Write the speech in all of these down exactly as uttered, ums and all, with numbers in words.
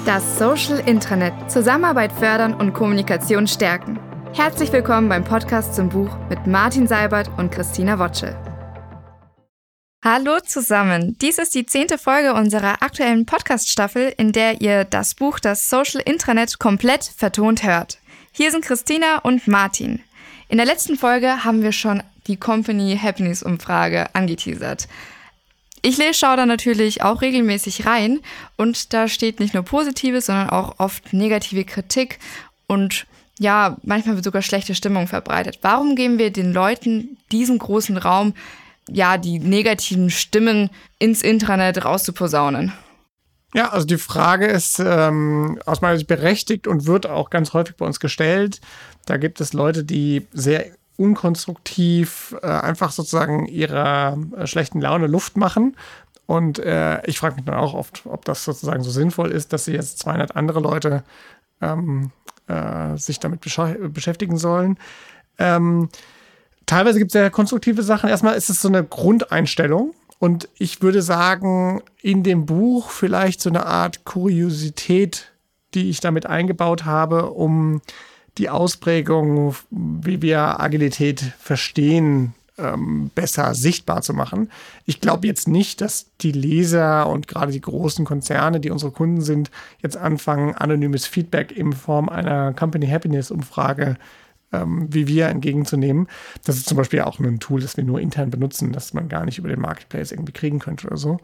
Das Social Intranet. Zusammenarbeit fördern und Kommunikation stärken. Herzlich willkommen beim Podcast zum Buch mit Martin Seibert und Christina Wotschel. Hallo zusammen. Dies ist die zehnte Folge unserer aktuellen Podcast-Staffel, in der ihr das Buch Das Social Intranet komplett vertont hört. Hier sind Christina und Martin. In der letzten Folge haben wir schon die Company Happiness-Umfrage angeteasert. Ich schaue da natürlich auch regelmäßig rein und da steht nicht nur Positives, sondern auch oft negative Kritik und ja, manchmal wird sogar schlechte Stimmung verbreitet. Warum geben wir den Leuten diesen großen Raum, ja, die negativen Stimmen ins Intranet rauszuposaunen? Ja, also die Frage ist ähm, aus meiner Sicht berechtigt und wird auch ganz häufig bei uns gestellt. Da gibt es Leute, die sehr unkonstruktiv äh, einfach sozusagen ihrer äh, schlechten Laune Luft machen. Und äh, ich frage mich dann auch oft, ob das sozusagen so sinnvoll ist, dass sie jetzt zweihundert andere Leute ähm, äh, sich damit besch- beschäftigen sollen. Ähm, teilweise gibt es ja konstruktive Sachen. Erstmal ist es so eine Grundeinstellung. Und ich würde sagen, in dem Buch vielleicht so eine Art Kuriosität, die ich damit eingebaut habe, um die Ausprägung, wie wir Agilität verstehen, ähm, besser sichtbar zu machen. Ich glaube jetzt nicht, dass die Leser und gerade die großen Konzerne, die unsere Kunden sind, jetzt anfangen, anonymes Feedback in Form einer Company Happiness Umfrage ähm, wie wir entgegenzunehmen. Das ist zum Beispiel auch ein Tool, das wir nur intern benutzen, das man gar nicht über den Marketplace irgendwie kriegen könnte oder so.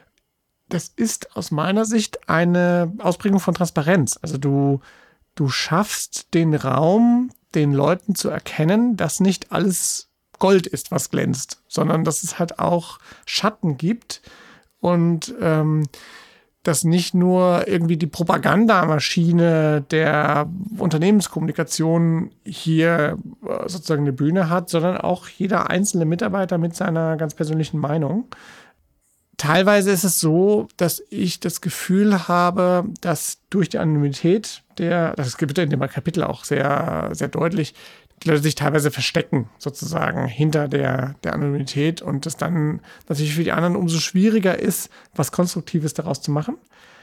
Das ist aus meiner Sicht eine Ausprägung von Transparenz. Also du Du schaffst den Raum, den Leuten zu erkennen, dass nicht alles Gold ist, was glänzt, sondern dass es halt auch Schatten gibt und ähm, dass nicht nur irgendwie die Propagandamaschine der Unternehmenskommunikation hier äh, sozusagen eine Bühne hat, sondern auch jeder einzelne Mitarbeiter mit seiner ganz persönlichen Meinung. Teilweise ist es so, dass ich das Gefühl habe, dass durch die Anonymität, der, das wird in dem Kapitel auch sehr, sehr deutlich, die Leute sich teilweise verstecken, sozusagen, hinter der, der Anonymität und es dann natürlich für die anderen umso schwieriger ist, was Konstruktives daraus zu machen.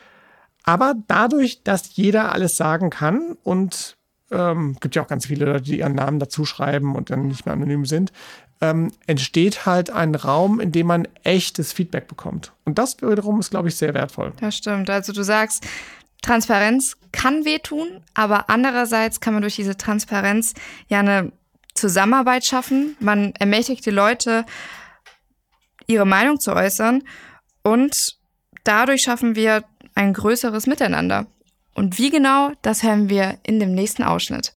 Aber dadurch, dass jeder alles sagen kann und ähm, gibt ja auch ganz viele Leute, die ihren Namen dazu schreiben und dann nicht mehr anonym sind, Ähm, entsteht halt ein Raum, in dem man echtes Feedback bekommt. Und das wiederum ist, glaube ich, sehr wertvoll. Das stimmt. Also du sagst, Transparenz kann wehtun, aber andererseits kann man durch diese Transparenz ja eine Zusammenarbeit schaffen. Man ermächtigt die Leute, ihre Meinung zu äußern und dadurch schaffen wir ein größeres Miteinander. Und wie genau, das hören wir in dem nächsten Ausschnitt.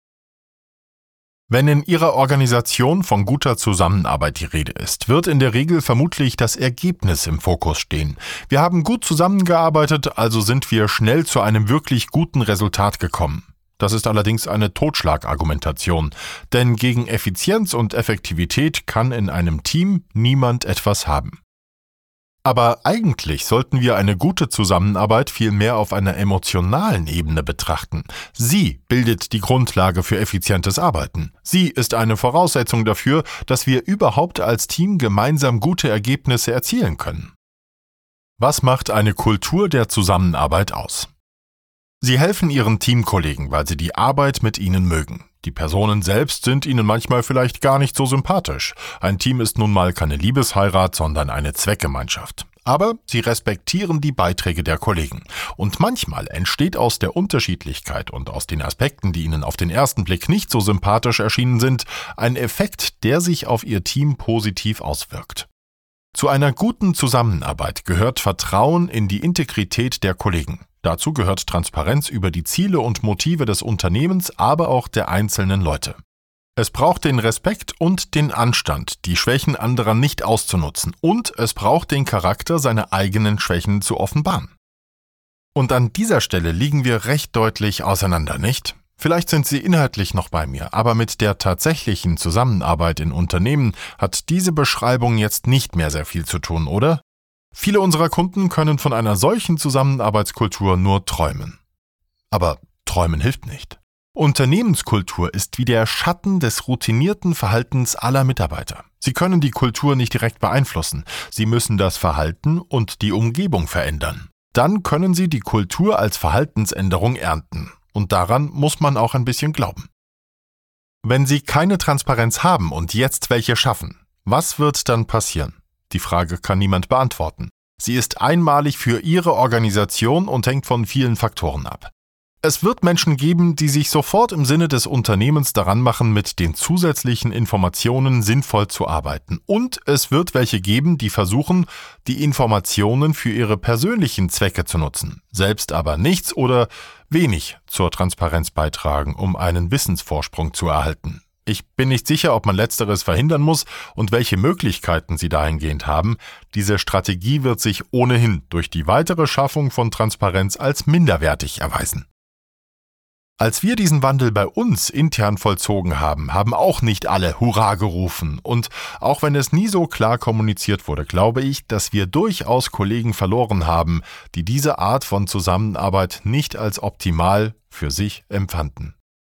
Wenn in Ihrer Organisation von guter Zusammenarbeit die Rede ist, wird in der Regel vermutlich das Ergebnis im Fokus stehen. Wir haben gut zusammengearbeitet, also sind wir schnell zu einem wirklich guten Resultat gekommen. Das ist allerdings eine Totschlagargumentation, denn gegen Effizienz und Effektivität kann in einem Team niemand etwas haben. Aber eigentlich sollten wir eine gute Zusammenarbeit vielmehr auf einer emotionalen Ebene betrachten. Sie bildet die Grundlage für effizientes Arbeiten. Sie ist eine Voraussetzung dafür, dass wir überhaupt als Team gemeinsam gute Ergebnisse erzielen können. Was macht eine Kultur der Zusammenarbeit aus? Sie helfen Ihren Teamkollegen, weil sie die Arbeit mit ihnen mögen. Die Personen selbst sind ihnen manchmal vielleicht gar nicht so sympathisch. Ein Team ist nun mal keine Liebesheirat, sondern eine Zweckgemeinschaft. Aber sie respektieren die Beiträge der Kollegen. Und manchmal entsteht aus der Unterschiedlichkeit und aus den Aspekten, die ihnen auf den ersten Blick nicht so sympathisch erschienen sind, ein Effekt, der sich auf ihr Team positiv auswirkt. Zu einer guten Zusammenarbeit gehört Vertrauen in die Integrität der Kollegen. Dazu gehört Transparenz über die Ziele und Motive des Unternehmens, aber auch der einzelnen Leute. Es braucht den Respekt und den Anstand, die Schwächen anderer nicht auszunutzen, und es braucht den Charakter, seine eigenen Schwächen zu offenbaren. Und an dieser Stelle liegen wir recht deutlich auseinander, nicht? Vielleicht sind Sie inhaltlich noch bei mir, aber mit der tatsächlichen Zusammenarbeit in Unternehmen hat diese Beschreibung jetzt nicht mehr sehr viel zu tun, oder? Viele unserer Kunden können von einer solchen Zusammenarbeitskultur nur träumen. Aber träumen hilft nicht. Unternehmenskultur ist wie der Schatten des routinierten Verhaltens aller Mitarbeiter. Sie können die Kultur nicht direkt beeinflussen. Sie müssen das Verhalten und die Umgebung verändern. Dann können sie die Kultur als Verhaltensänderung ernten. Und daran muss man auch ein bisschen glauben. Wenn Sie keine Transparenz haben und jetzt welche schaffen, was wird dann passieren? Die Frage kann niemand beantworten. Sie ist einmalig für Ihre Organisation und hängt von vielen Faktoren ab. Es wird Menschen geben, die sich sofort im Sinne des Unternehmens daran machen, mit den zusätzlichen Informationen sinnvoll zu arbeiten. Und es wird welche geben, die versuchen, die Informationen für ihre persönlichen Zwecke zu nutzen, selbst aber nichts oder wenig zur Transparenz beitragen, um einen Wissensvorsprung zu erhalten. Ich bin nicht sicher, ob man Letzteres verhindern muss und welche Möglichkeiten sie dahingehend haben. Diese Strategie wird sich ohnehin durch die weitere Schaffung von Transparenz als minderwertig erweisen. Als wir diesen Wandel bei uns intern vollzogen haben, haben auch nicht alle Hurra gerufen. Und auch wenn es nie so klar kommuniziert wurde, glaube ich, dass wir durchaus Kollegen verloren haben, die diese Art von Zusammenarbeit nicht als optimal für sich empfanden.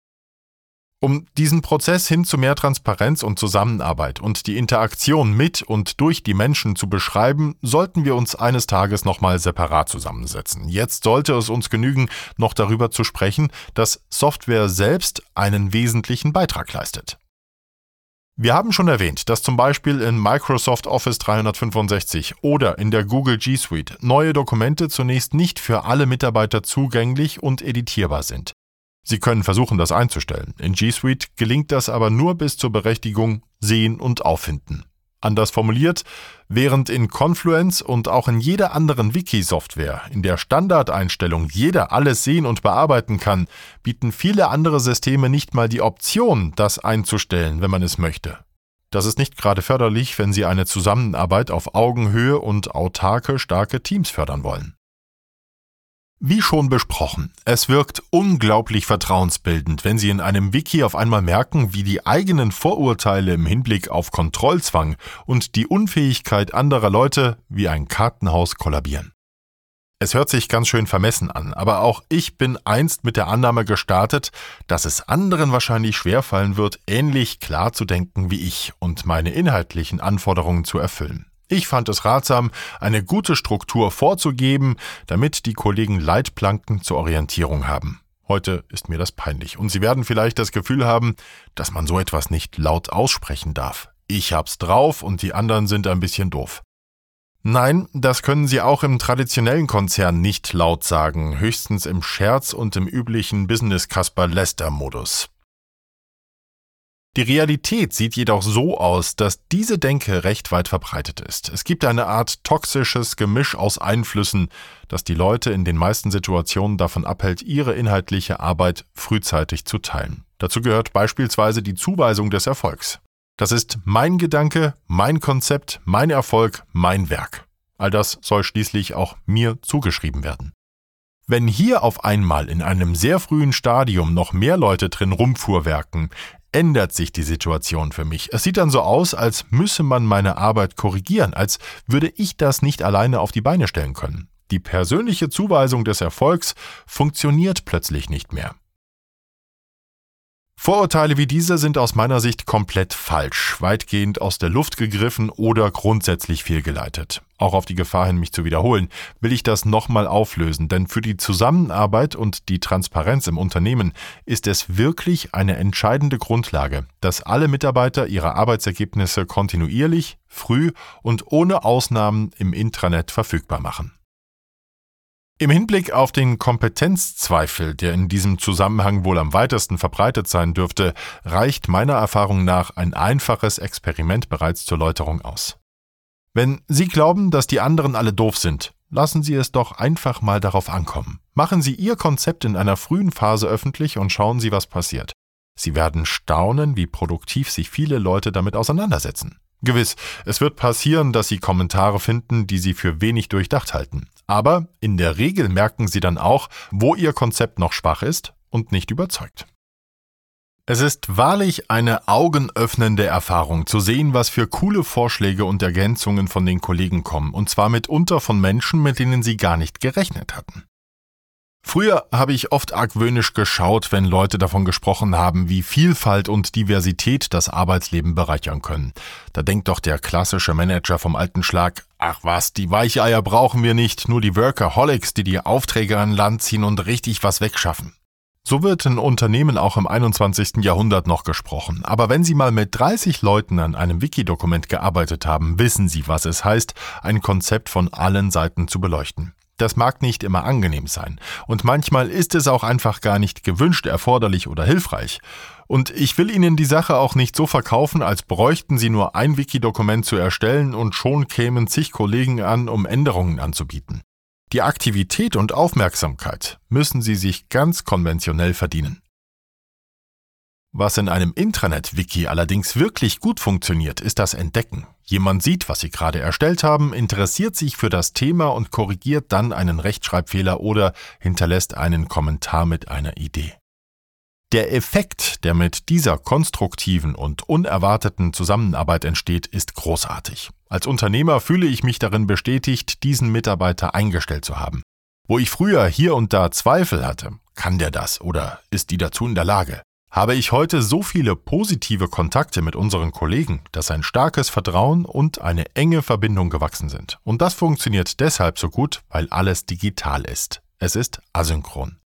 Um diesen Prozess hin zu mehr Transparenz und Zusammenarbeit und die Interaktion mit und durch die Menschen zu beschreiben, sollten wir uns eines Tages nochmal separat zusammensetzen. Jetzt sollte es uns genügen, noch darüber zu sprechen, dass Software selbst einen wesentlichen Beitrag leistet. Wir haben schon erwähnt, dass zum Beispiel in Microsoft Office dreihundertfünfundsechzig oder in der Google G Suite neue Dokumente zunächst nicht für alle Mitarbeiter zugänglich und editierbar sind. Sie können versuchen, das einzustellen. In G Suite gelingt das aber nur bis zur Berechtigung Sehen und Auffinden. Anders formuliert, während in Confluence und auch in jeder anderen Wiki-Software in der Standardeinstellung jeder alles sehen und bearbeiten kann, bieten viele andere Systeme nicht mal die Option, das einzustellen, wenn man es möchte. Das ist nicht gerade förderlich, wenn Sie eine Zusammenarbeit auf Augenhöhe und autarke, starke Teams fördern wollen. Wie schon besprochen, es wirkt unglaublich vertrauensbildend, wenn Sie in einem Wiki auf einmal merken, wie die eigenen Vorurteile im Hinblick auf Kontrollzwang und die Unfähigkeit anderer Leute wie ein Kartenhaus kollabieren. Es hört sich ganz schön vermessen an, aber auch ich bin einst mit der Annahme gestartet, dass es anderen wahrscheinlich schwerfallen wird, ähnlich klar zu denken wie ich und meine inhaltlichen Anforderungen zu erfüllen. Ich fand es ratsam, eine gute Struktur vorzugeben, damit die Kollegen Leitplanken zur Orientierung haben. Heute ist mir das peinlich und Sie werden vielleicht das Gefühl haben, dass man so etwas nicht laut aussprechen darf. Ich hab's drauf und die anderen sind ein bisschen doof. Nein, das können Sie auch im traditionellen Konzern nicht laut sagen, höchstens im Scherz und im üblichen Business-Kasper-Läster-Modus. Die Realität sieht jedoch so aus, dass diese Denke recht weit verbreitet ist. Es gibt eine Art toxisches Gemisch aus Einflüssen, das die Leute in den meisten Situationen davon abhält, ihre inhaltliche Arbeit frühzeitig zu teilen. Dazu gehört beispielsweise die Zuweisung des Erfolgs. Das ist mein Gedanke, mein Konzept, mein Erfolg, mein Werk. All das soll schließlich auch mir zugeschrieben werden. Wenn hier auf einmal in einem sehr frühen Stadium noch mehr Leute drin rumfuhrwerken, ändert sich die Situation für mich. Es sieht dann so aus, als müsse man meine Arbeit korrigieren, als würde ich das nicht alleine auf die Beine stellen können. Die persönliche Zuweisung des Erfolgs funktioniert plötzlich nicht mehr. Vorurteile wie diese sind aus meiner Sicht komplett falsch, weitgehend aus der Luft gegriffen oder grundsätzlich fehlgeleitet. Auch auf die Gefahr hin, mich zu wiederholen, will ich das nochmal auflösen, denn für die Zusammenarbeit und die Transparenz im Unternehmen ist es wirklich eine entscheidende Grundlage, dass alle Mitarbeiter ihre Arbeitsergebnisse kontinuierlich, früh und ohne Ausnahmen im Intranet verfügbar machen. Im Hinblick auf den Kompetenzzweifel, der in diesem Zusammenhang wohl am weitesten verbreitet sein dürfte, reicht meiner Erfahrung nach ein einfaches Experiment bereits zur Läuterung aus. Wenn Sie glauben, dass die anderen alle doof sind, lassen Sie es doch einfach mal darauf ankommen. Machen Sie Ihr Konzept in einer frühen Phase öffentlich und schauen Sie, was passiert. Sie werden staunen, wie produktiv sich viele Leute damit auseinandersetzen. Gewiss, es wird passieren, dass Sie Kommentare finden, die Sie für wenig durchdacht halten. Aber in der Regel merken Sie dann auch, wo Ihr Konzept noch schwach ist und nicht überzeugt. Es ist wahrlich eine augenöffnende Erfahrung, zu sehen, was für coole Vorschläge und Ergänzungen von den Kollegen kommen, und zwar mitunter von Menschen, mit denen Sie gar nicht gerechnet hatten. Früher habe ich oft argwöhnisch geschaut, wenn Leute davon gesprochen haben, wie Vielfalt und Diversität das Arbeitsleben bereichern können. Da denkt doch der klassische Manager vom alten Schlag, ach was, die Weicheier brauchen wir nicht, nur die Workaholics, die die Aufträge an Land ziehen und richtig was wegschaffen. So wird in Unternehmen auch im einundzwanzigsten Jahrhundert noch gesprochen. Aber wenn Sie mal mit dreißig Leuten an einem Wiki-Dokument gearbeitet haben, wissen Sie, was es heißt, ein Konzept von allen Seiten zu beleuchten. Das mag nicht immer angenehm sein und manchmal ist es auch einfach gar nicht gewünscht, erforderlich oder hilfreich. Und ich will Ihnen die Sache auch nicht so verkaufen, als bräuchten Sie nur ein Wiki-Dokument zu erstellen und schon kämen zig Kollegen an, um Änderungen anzubieten. Die Aktivität und Aufmerksamkeit müssen Sie sich ganz konventionell verdienen. Was in einem Intranet-Wiki allerdings wirklich gut funktioniert, ist das Entdecken. Jemand sieht, was Sie gerade erstellt haben, interessiert sich für das Thema und korrigiert dann einen Rechtschreibfehler oder hinterlässt einen Kommentar mit einer Idee. Der Effekt, der mit dieser konstruktiven und unerwarteten Zusammenarbeit entsteht, ist großartig. Als Unternehmer fühle ich mich darin bestätigt, diesen Mitarbeiter eingestellt zu haben. Wo ich früher hier und da Zweifel hatte, kann der das oder ist die dazu in der Lage? Habe ich heute so viele positive Kontakte mit unseren Kollegen, dass ein starkes Vertrauen und eine enge Verbindung gewachsen sind. Und das funktioniert deshalb so gut, weil alles digital ist. Es ist asynchron.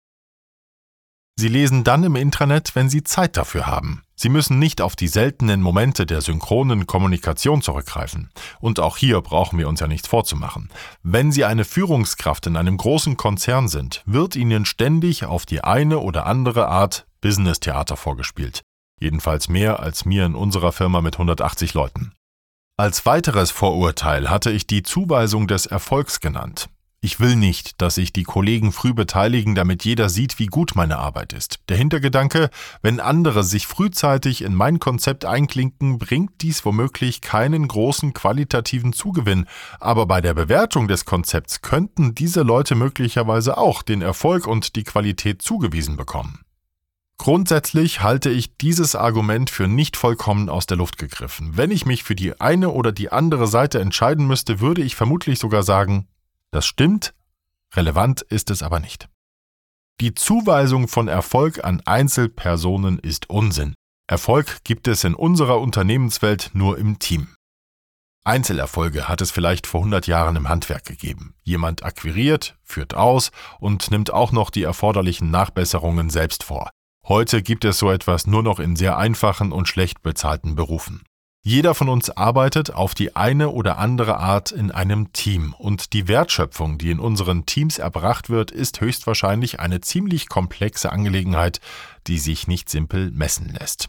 Sie lesen dann im Intranet, wenn Sie Zeit dafür haben. Sie müssen nicht auf die seltenen Momente der synchronen Kommunikation zurückgreifen. Und auch hier brauchen wir uns ja nichts vorzumachen. Wenn Sie eine Führungskraft in einem großen Konzern sind, wird Ihnen ständig auf die eine oder andere Art Business-Theater vorgespielt. Jedenfalls mehr als mir in unserer Firma mit hundertachtzig Leuten. Als weiteres Vorurteil hatte ich die Zuweisung des Erfolgs genannt. Ich will nicht, dass sich die Kollegen früh beteiligen, damit jeder sieht, wie gut meine Arbeit ist. Der Hintergedanke, wenn andere sich frühzeitig in mein Konzept einklinken, bringt dies womöglich keinen großen qualitativen Zugewinn. Aber bei der Bewertung des Konzepts könnten diese Leute möglicherweise auch den Erfolg und die Qualität zugewiesen bekommen. Grundsätzlich halte ich dieses Argument für nicht vollkommen aus der Luft gegriffen. Wenn ich mich für die eine oder die andere Seite entscheiden müsste, würde ich vermutlich sogar sagen, das stimmt, relevant ist es aber nicht. Die Zuweisung von Erfolg an Einzelpersonen ist Unsinn. Erfolg gibt es in unserer Unternehmenswelt nur im Team. Einzelerfolge hat es vielleicht vor hundert Jahren im Handwerk gegeben. Jemand akquiriert, führt aus und nimmt auch noch die erforderlichen Nachbesserungen selbst vor. Heute gibt es so etwas nur noch in sehr einfachen und schlecht bezahlten Berufen. Jeder von uns arbeitet auf die eine oder andere Art in einem Team und die Wertschöpfung, die in unseren Teams erbracht wird, ist höchstwahrscheinlich eine ziemlich komplexe Angelegenheit, die sich nicht simpel messen lässt.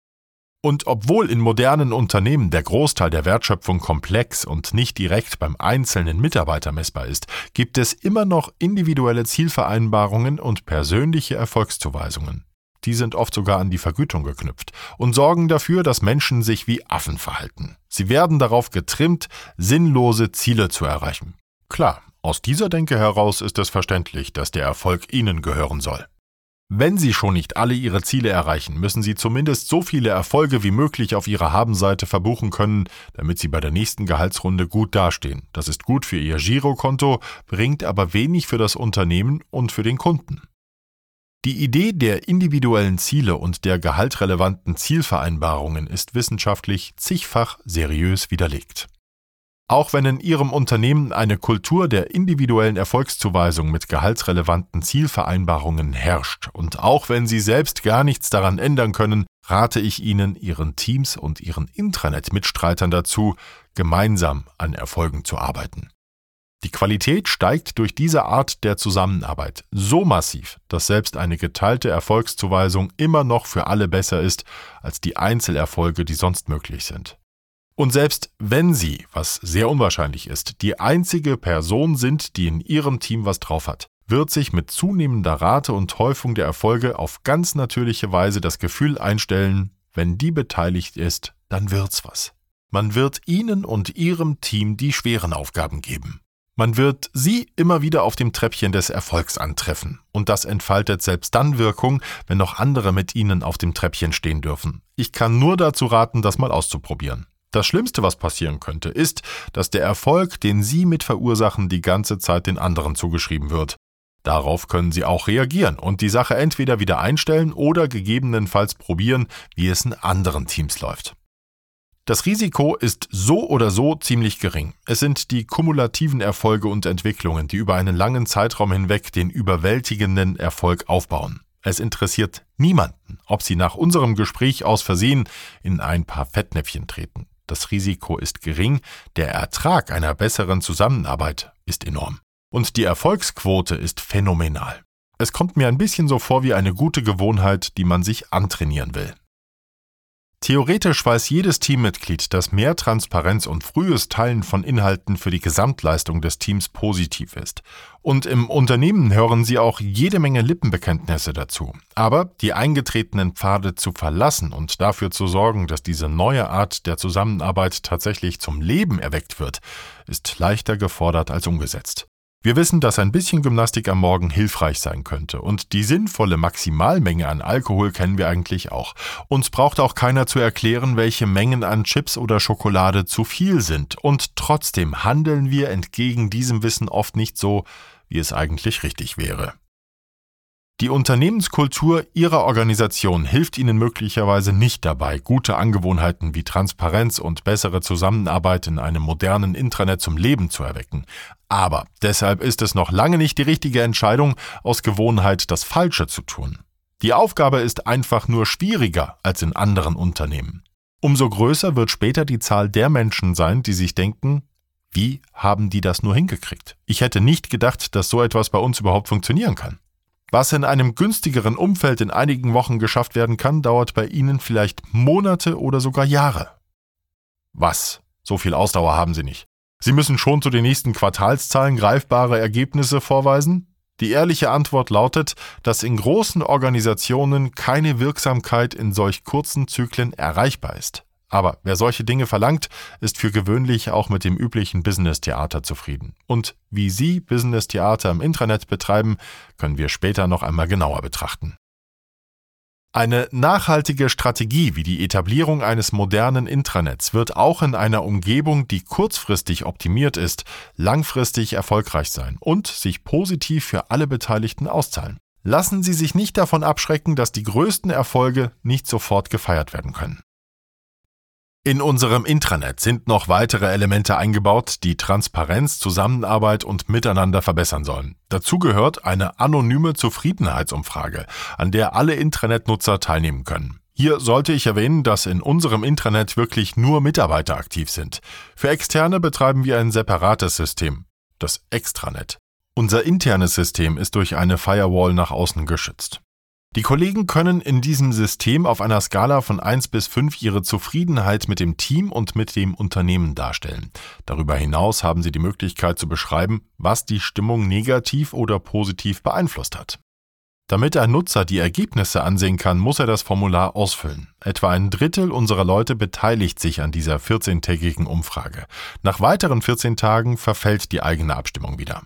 Und obwohl in modernen Unternehmen der Großteil der Wertschöpfung komplex und nicht direkt beim einzelnen Mitarbeiter messbar ist, gibt es immer noch individuelle Zielvereinbarungen und persönliche Erfolgszuweisungen. Die sind oft sogar an die Vergütung geknüpft und sorgen dafür, dass Menschen sich wie Affen verhalten. Sie werden darauf getrimmt, sinnlose Ziele zu erreichen. Klar, aus dieser Denke heraus ist es verständlich, dass der Erfolg Ihnen gehören soll. Wenn Sie schon nicht alle Ihre Ziele erreichen, müssen Sie zumindest so viele Erfolge wie möglich auf Ihrer Habenseite verbuchen können, damit Sie bei der nächsten Gehaltsrunde gut dastehen. Das ist gut für Ihr Girokonto, bringt aber wenig für das Unternehmen und für den Kunden. Die Idee der individuellen Ziele und der gehaltrelevanten Zielvereinbarungen ist wissenschaftlich zigfach seriös widerlegt. Auch wenn in Ihrem Unternehmen eine Kultur der individuellen Erfolgszuweisung mit gehaltsrelevanten Zielvereinbarungen herrscht und auch wenn Sie selbst gar nichts daran ändern können, rate ich Ihnen, Ihren Teams und Ihren Intranet-Mitstreitern dazu, gemeinsam an Erfolgen zu arbeiten. Die Qualität steigt durch diese Art der Zusammenarbeit so massiv, dass selbst eine geteilte Erfolgszuweisung immer noch für alle besser ist als die Einzelerfolge, die sonst möglich sind. Und selbst wenn Sie, was sehr unwahrscheinlich ist, die einzige Person sind, die in Ihrem Team was drauf hat, wird sich mit zunehmender Rate und Häufung der Erfolge auf ganz natürliche Weise das Gefühl einstellen, wenn die beteiligt ist, dann wird's was. Man wird Ihnen und Ihrem Team die schweren Aufgaben geben. Man wird Sie immer wieder auf dem Treppchen des Erfolgs antreffen. Und das entfaltet selbst dann Wirkung, wenn noch andere mit Ihnen auf dem Treppchen stehen dürfen. Ich kann nur dazu raten, das mal auszuprobieren. Das Schlimmste, was passieren könnte, ist, dass der Erfolg, den Sie mit verursachen, die ganze Zeit den anderen zugeschrieben wird. Darauf können Sie auch reagieren und die Sache entweder wieder einstellen oder gegebenenfalls probieren, wie es in anderen Teams läuft. Das Risiko ist so oder so ziemlich gering. Es sind die kumulativen Erfolge und Entwicklungen, die über einen langen Zeitraum hinweg den überwältigenden Erfolg aufbauen. Es interessiert niemanden, ob Sie nach unserem Gespräch aus Versehen in ein paar Fettnäpfchen treten. Das Risiko ist gering, der Ertrag einer besseren Zusammenarbeit ist enorm. Und die Erfolgsquote ist phänomenal. Es kommt mir ein bisschen so vor wie eine gute Gewohnheit, die man sich antrainieren will. Theoretisch weiß jedes Teammitglied, dass mehr Transparenz und frühes Teilen von Inhalten für die Gesamtleistung des Teams positiv ist. Und im Unternehmen hören Sie auch jede Menge Lippenbekenntnisse dazu. Aber die eingetretenen Pfade zu verlassen und dafür zu sorgen, dass diese neue Art der Zusammenarbeit tatsächlich zum Leben erweckt wird, ist leichter gefordert als umgesetzt. Wir wissen, dass ein bisschen Gymnastik am Morgen hilfreich sein könnte und die sinnvolle Maximalmenge an Alkohol kennen wir eigentlich auch. Uns braucht auch keiner zu erklären, welche Mengen an Chips oder Schokolade zu viel sind und trotzdem handeln wir entgegen diesem Wissen oft nicht so, wie es eigentlich richtig wäre. Die Unternehmenskultur Ihrer Organisation hilft Ihnen möglicherweise nicht dabei, gute Angewohnheiten wie Transparenz und bessere Zusammenarbeit in einem modernen Intranet zum Leben zu erwecken. Aber deshalb ist es noch lange nicht die richtige Entscheidung, aus Gewohnheit das Falsche zu tun. Die Aufgabe ist einfach nur schwieriger als in anderen Unternehmen. Umso größer wird später die Zahl der Menschen sein, die sich denken, wie haben die das nur hingekriegt? Ich hätte nicht gedacht, dass so etwas bei uns überhaupt funktionieren kann. Was in einem günstigeren Umfeld in einigen Wochen geschafft werden kann, dauert bei Ihnen vielleicht Monate oder sogar Jahre. Was? So viel Ausdauer haben Sie nicht. Sie müssen schon zu den nächsten Quartalszahlen greifbare Ergebnisse vorweisen? Die ehrliche Antwort lautet, dass in großen Organisationen keine Wirksamkeit in solch kurzen Zyklen erreichbar ist. Aber wer solche Dinge verlangt, ist für gewöhnlich auch mit dem üblichen Business-Theater zufrieden. Und wie Sie Business-Theater im Intranet betreiben, können wir später noch einmal genauer betrachten. Eine nachhaltige Strategie wie die Etablierung eines modernen Intranets wird auch in einer Umgebung, die kurzfristig optimiert ist, langfristig erfolgreich sein und sich positiv für alle Beteiligten auszahlen. Lassen Sie sich nicht davon abschrecken, dass die größten Erfolge nicht sofort gefeiert werden können. In unserem Intranet sind noch weitere Elemente eingebaut, die Transparenz, Zusammenarbeit und Miteinander verbessern sollen. Dazu gehört eine anonyme Zufriedenheitsumfrage, an der alle Intranet-Nutzer teilnehmen können. Hier sollte ich erwähnen, dass in unserem Intranet wirklich nur Mitarbeiter aktiv sind. Für Externe betreiben wir ein separates System, das Extranet. Unser internes System ist durch eine Firewall nach außen geschützt. Die Kollegen können in diesem System auf einer Skala von eins bis fünf ihre Zufriedenheit mit dem Team und mit dem Unternehmen darstellen. Darüber hinaus haben sie die Möglichkeit zu beschreiben, was die Stimmung negativ oder positiv beeinflusst hat. Damit ein Nutzer die Ergebnisse ansehen kann, muss er das Formular ausfüllen. Etwa ein Drittel unserer Leute beteiligt sich an dieser vierzehntägigen Umfrage. Nach weiteren vierzehn Tagen verfällt die eigene Abstimmung wieder.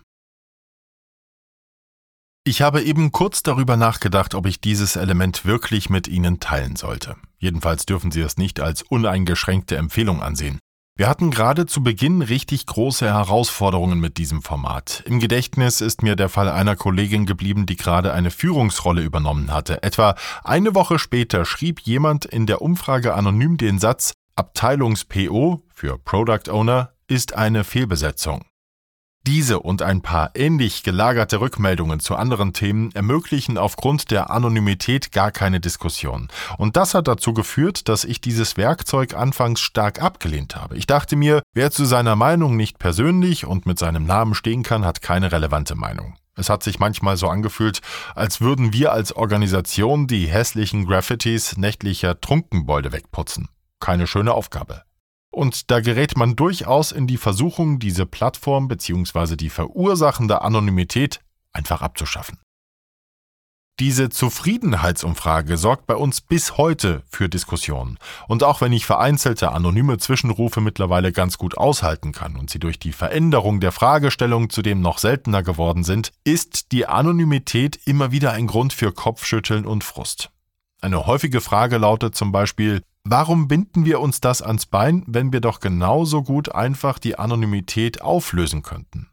Ich habe eben kurz darüber nachgedacht, ob ich dieses Element wirklich mit Ihnen teilen sollte. Jedenfalls dürfen Sie es nicht als uneingeschränkte Empfehlung ansehen. Wir hatten gerade zu Beginn richtig große Herausforderungen mit diesem Format. Im Gedächtnis ist mir der Fall einer Kollegin geblieben, die gerade eine Führungsrolle übernommen hatte. Etwa eine Woche später schrieb jemand in der Umfrage anonym den Satz: Abteilungs-P O für Product Owner ist eine Fehlbesetzung. Diese und ein paar ähnlich gelagerte Rückmeldungen zu anderen Themen ermöglichen aufgrund der Anonymität gar keine Diskussion. Und das hat dazu geführt, dass ich dieses Werkzeug anfangs stark abgelehnt habe. Ich dachte mir, wer zu seiner Meinung nicht persönlich und mit seinem Namen stehen kann, hat keine relevante Meinung. Es hat sich manchmal so angefühlt, als würden wir als Organisation die hässlichen Graffitis nächtlicher Trunkenbolde wegputzen. Keine schöne Aufgabe. Und da gerät man durchaus in die Versuchung, diese Plattform bzw. die verursachende Anonymität einfach abzuschaffen. Diese Zufriedenheitsumfrage sorgt bei uns bis heute für Diskussionen. Und auch wenn ich vereinzelte anonyme Zwischenrufe mittlerweile ganz gut aushalten kann und sie durch die Veränderung der Fragestellung zudem noch seltener geworden sind, ist die Anonymität immer wieder ein Grund für Kopfschütteln und Frust. Eine häufige Frage lautet zum Beispiel: Warum binden wir uns das ans Bein, wenn wir doch genauso gut einfach die Anonymität auflösen könnten?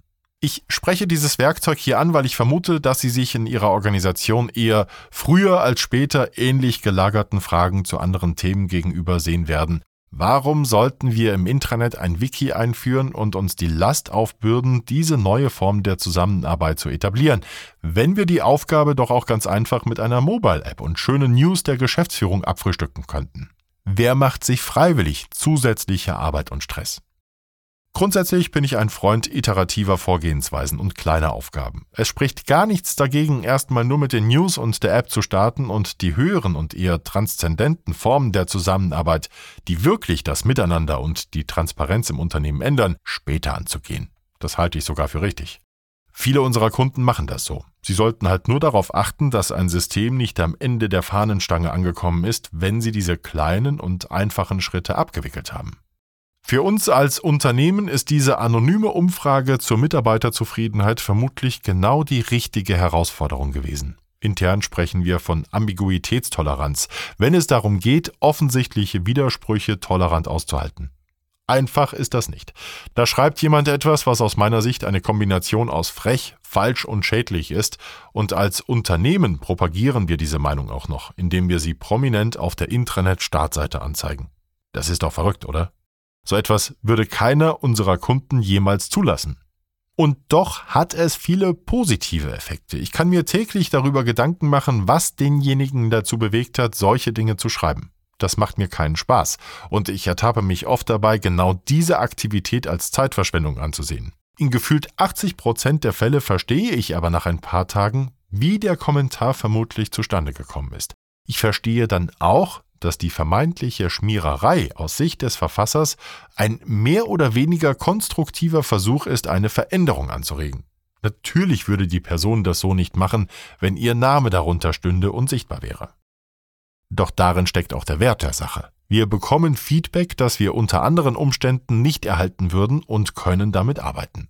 Ich spreche dieses Werkzeug hier an, weil ich vermute, dass Sie sich in Ihrer Organisation eher früher als später ähnlich gelagerten Fragen zu anderen Themen gegenüber sehen werden. Warum sollten wir im Intranet ein Wiki einführen und uns die Last aufbürden, diese neue Form der Zusammenarbeit zu etablieren, wenn wir die Aufgabe doch auch ganz einfach mit einer Mobile-App und schönen News der Geschäftsführung abfrühstücken könnten? Wer macht sich freiwillig zusätzliche Arbeit und Stress? Grundsätzlich bin ich ein Freund iterativer Vorgehensweisen und kleiner Aufgaben. Es spricht gar nichts dagegen, erstmal nur mit den News und der App zu starten und die höheren und eher transzendenten Formen der Zusammenarbeit, die wirklich das Miteinander und die Transparenz im Unternehmen ändern, später anzugehen. Das halte ich sogar für richtig. Viele unserer Kunden machen das so. Sie sollten halt nur darauf achten, dass ein System nicht am Ende der Fahnenstange angekommen ist, wenn sie diese kleinen und einfachen Schritte abgewickelt haben. Für uns als Unternehmen ist diese anonyme Umfrage zur Mitarbeiterzufriedenheit vermutlich genau die richtige Herausforderung gewesen. Intern sprechen wir von Ambiguitätstoleranz, wenn es darum geht, offensichtliche Widersprüche tolerant auszuhalten. Einfach ist das nicht. Da schreibt jemand etwas, was aus meiner Sicht eine Kombination aus frech, falsch und schädlich ist, und als Unternehmen propagieren wir diese Meinung auch noch, indem wir sie prominent auf der Intranet-Startseite anzeigen. Das ist doch verrückt, oder? So etwas würde keiner unserer Kunden jemals zulassen. Und doch hat es viele positive Effekte. Ich kann mir täglich darüber Gedanken machen, was denjenigen dazu bewegt hat, solche Dinge zu schreiben. Das macht mir keinen Spaß. Und ich ertappe mich oft dabei, genau diese Aktivität als Zeitverschwendung anzusehen. In gefühlt achtzig Prozent der Fälle verstehe ich aber nach ein paar Tagen, wie der Kommentar vermutlich zustande gekommen ist. Ich verstehe dann auch, dass die vermeintliche Schmiererei aus Sicht des Verfassers ein mehr oder weniger konstruktiver Versuch ist, eine Veränderung anzuregen. Natürlich würde die Person das so nicht machen, wenn ihr Name darunter stünde und sichtbar wäre. Doch darin steckt auch der Wert der Sache. Wir bekommen Feedback, das wir unter anderen Umständen nicht erhalten würden und können damit arbeiten.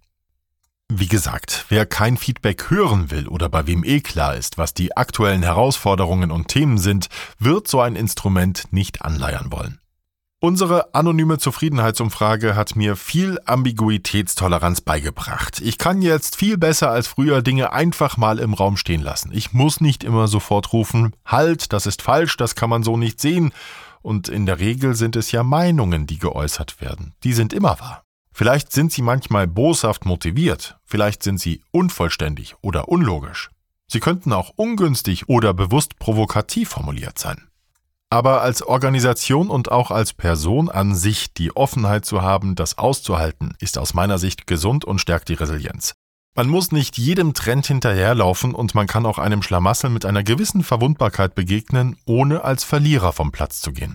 Wie gesagt, wer kein Feedback hören will oder bei wem eh klar ist, was die aktuellen Herausforderungen und Themen sind, wird so ein Instrument nicht anleiern wollen. Unsere anonyme Zufriedenheitsumfrage hat mir viel Ambiguitätstoleranz beigebracht. Ich kann jetzt viel besser als früher Dinge einfach mal im Raum stehen lassen. Ich muss nicht immer sofort rufen, halt, das ist falsch, das kann man so nicht sehen. Und in der Regel sind es ja Meinungen, die geäußert werden. Die sind immer wahr. Vielleicht sind sie manchmal boshaft motiviert, vielleicht sind sie unvollständig oder unlogisch. Sie könnten auch ungünstig oder bewusst provokativ formuliert sein. Aber als Organisation und auch als Person an sich die Offenheit zu haben, das auszuhalten, ist aus meiner Sicht gesund und stärkt die Resilienz. Man muss nicht jedem Trend hinterherlaufen und man kann auch einem Schlamassel mit einer gewissen Verwundbarkeit begegnen, ohne als Verlierer vom Platz zu gehen.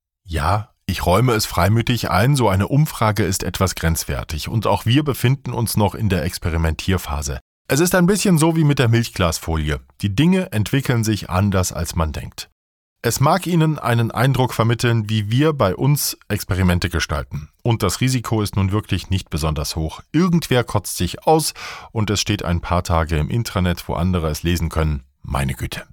Ja, ich räume es freimütig ein, so eine Umfrage ist etwas grenzwertig und auch wir befinden uns noch in der Experimentierphase. Es ist ein bisschen so wie mit der Milchglasfolie. Die Dinge entwickeln sich anders, als man denkt. Es mag Ihnen einen Eindruck vermitteln, wie wir bei uns Experimente gestalten. Und das Risiko ist nun wirklich nicht besonders hoch. Irgendwer kotzt sich aus und es steht ein paar Tage im Intranet, wo andere es lesen können. Meine Güte.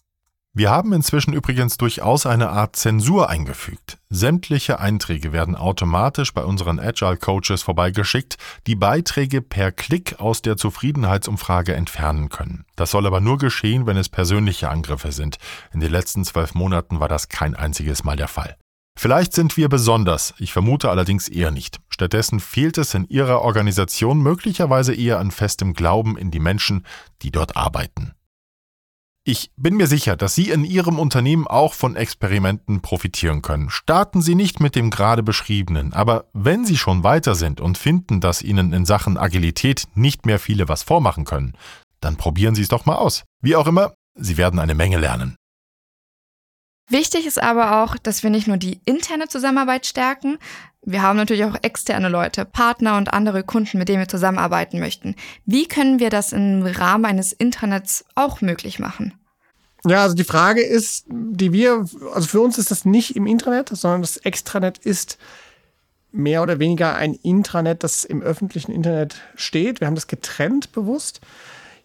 Wir haben inzwischen übrigens durchaus eine Art Zensur eingefügt. Sämtliche Einträge werden automatisch bei unseren Agile-Coaches vorbeigeschickt, die Beiträge per Klick aus der Zufriedenheitsumfrage entfernen können. Das soll aber nur geschehen, wenn es persönliche Angriffe sind. In den letzten zwölf Monaten war das kein einziges Mal der Fall. Vielleicht sind wir besonders, ich vermute allerdings eher nicht. Stattdessen fehlt es in Ihrer Organisation möglicherweise eher an festem Glauben in die Menschen, die dort arbeiten. Ich bin mir sicher, dass Sie in Ihrem Unternehmen auch von Experimenten profitieren können. Starten Sie nicht mit dem gerade beschriebenen, aber wenn Sie schon weiter sind und finden, dass Ihnen in Sachen Agilität nicht mehr viele was vormachen können, dann probieren Sie es doch mal aus. Wie auch immer, Sie werden eine Menge lernen. Wichtig ist aber auch, dass wir nicht nur die interne Zusammenarbeit stärken, wir haben natürlich auch externe Leute, Partner und andere Kunden, mit denen wir zusammenarbeiten möchten. Wie können wir das im Rahmen eines Intranets auch möglich machen? Ja, also die Frage ist, die wir, also für uns ist das nicht im Intranet, sondern das Extranet ist mehr oder weniger ein Intranet, das im öffentlichen Internet steht. Wir haben das getrennt bewusst.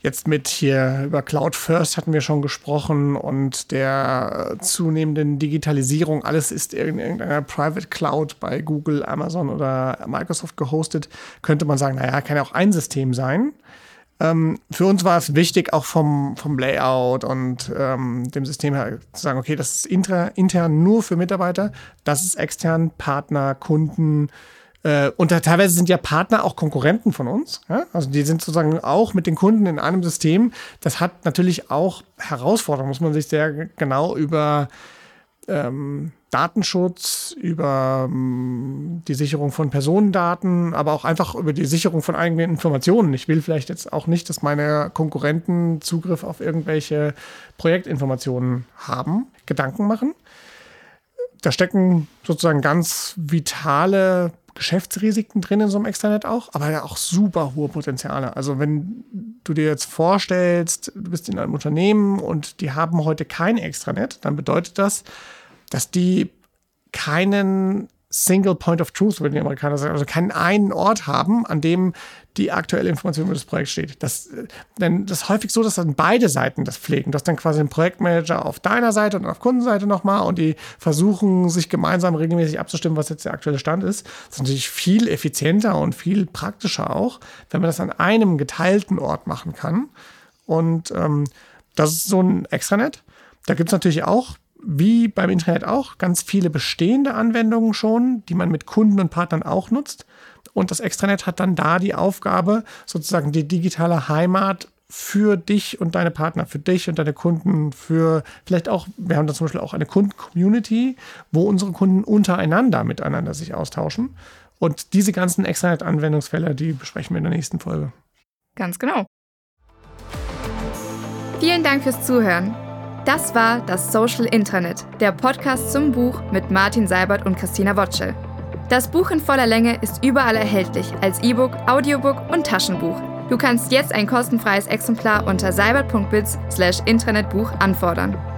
Jetzt mit hier über Cloud First hatten wir schon gesprochen und der zunehmenden Digitalisierung. Alles ist in irgendeiner Private Cloud bei Google, Amazon oder Microsoft gehostet. Könnte man sagen, naja, kann ja auch ein System sein. Ähm, für uns war es wichtig, auch vom, vom Layout und ähm, dem System her zu sagen, okay, das ist inter, intern nur für Mitarbeiter, das ist extern, Partner, Kunden. Und da teilweise sind ja Partner auch Konkurrenten von uns. Ja? Also die sind sozusagen auch mit den Kunden in einem System. Das hat natürlich auch Herausforderungen, muss man sich sehr genau über ähm, Datenschutz, über ähm, die Sicherung von Personendaten, aber auch einfach über die Sicherung von eigenen Informationen. Ich will vielleicht jetzt auch nicht, dass meine Konkurrenten Zugriff auf irgendwelche Projektinformationen haben, Gedanken machen. Da stecken sozusagen ganz vitale Geschäftsrisiken drin in so einem Extranet auch, aber ja auch super hohe Potenziale. Also wenn du dir jetzt vorstellst, du bist in einem Unternehmen und die haben heute kein Extranet, dann bedeutet das, dass die keinen Single Point of Truth, würden die Amerikaner sagen, also keinen einen Ort haben, an dem die aktuelle Information über das Projekt steht. Das, denn das ist häufig so, dass dann beide Seiten das pflegen. Du hast dann quasi einen Projektmanager auf deiner Seite und auf Kundenseite nochmal und die versuchen, sich gemeinsam regelmäßig abzustimmen, was jetzt der aktuelle Stand ist. Das ist natürlich viel effizienter und viel praktischer auch, wenn man das an einem geteilten Ort machen kann. Und ähm, das ist so ein Extranet. Da gibt es natürlich auch, wie beim Internet auch, ganz viele bestehende Anwendungen schon, die man mit Kunden und Partnern auch nutzt. Und das Extranet hat dann da die Aufgabe, sozusagen die digitale Heimat für dich und deine Partner, für dich und deine Kunden, für vielleicht auch, wir haben da zum Beispiel auch eine Kunden-Community, wo unsere Kunden untereinander miteinander sich austauschen. Und diese ganzen Extranet-Anwendungsfälle, die besprechen wir in der nächsten Folge. Ganz genau. Vielen Dank fürs Zuhören. Das war das Social Intranet, der Podcast zum Buch mit Martin Seibert und Christina Wotschel. Das Buch in voller Länge ist überall erhältlich, als E-Book, Audiobook und Taschenbuch. Du kannst jetzt ein kostenfreies Exemplar unter seibert punkt biz slash intranetbuch anfordern.